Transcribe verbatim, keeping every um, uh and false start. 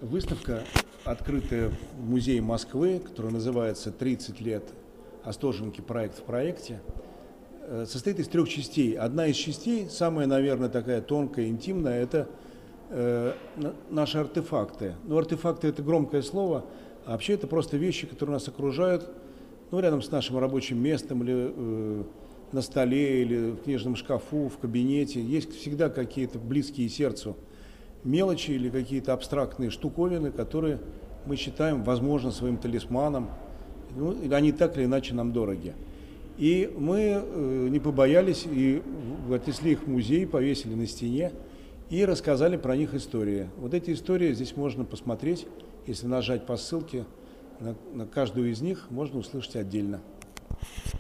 Выставка, открытая в Музее Москвы, которая называется «тридцать лет Остоженки. Проект в проекте», состоит из трех частей. Одна из частей, самая, наверное, такая тонкая, интимная, это э, наши артефакты. Ну, артефакты – это громкое слово, а вообще это просто вещи, которые нас окружают, ну, рядом с нашим рабочим местом или э, на столе, или в книжном шкафу, в кабинете. Есть всегда какие-то близкие сердцу мелочи или какие-то абстрактные штуковины, которые мы считаем, возможно, своим талисманом. Ну, они так или иначе нам дороги. И мы э, не побоялись и отнесли их в музей, повесили на стене и рассказали про них истории. Вот эти истории здесь можно посмотреть, если нажать по ссылке, на, на каждую из них можно услышать отдельно.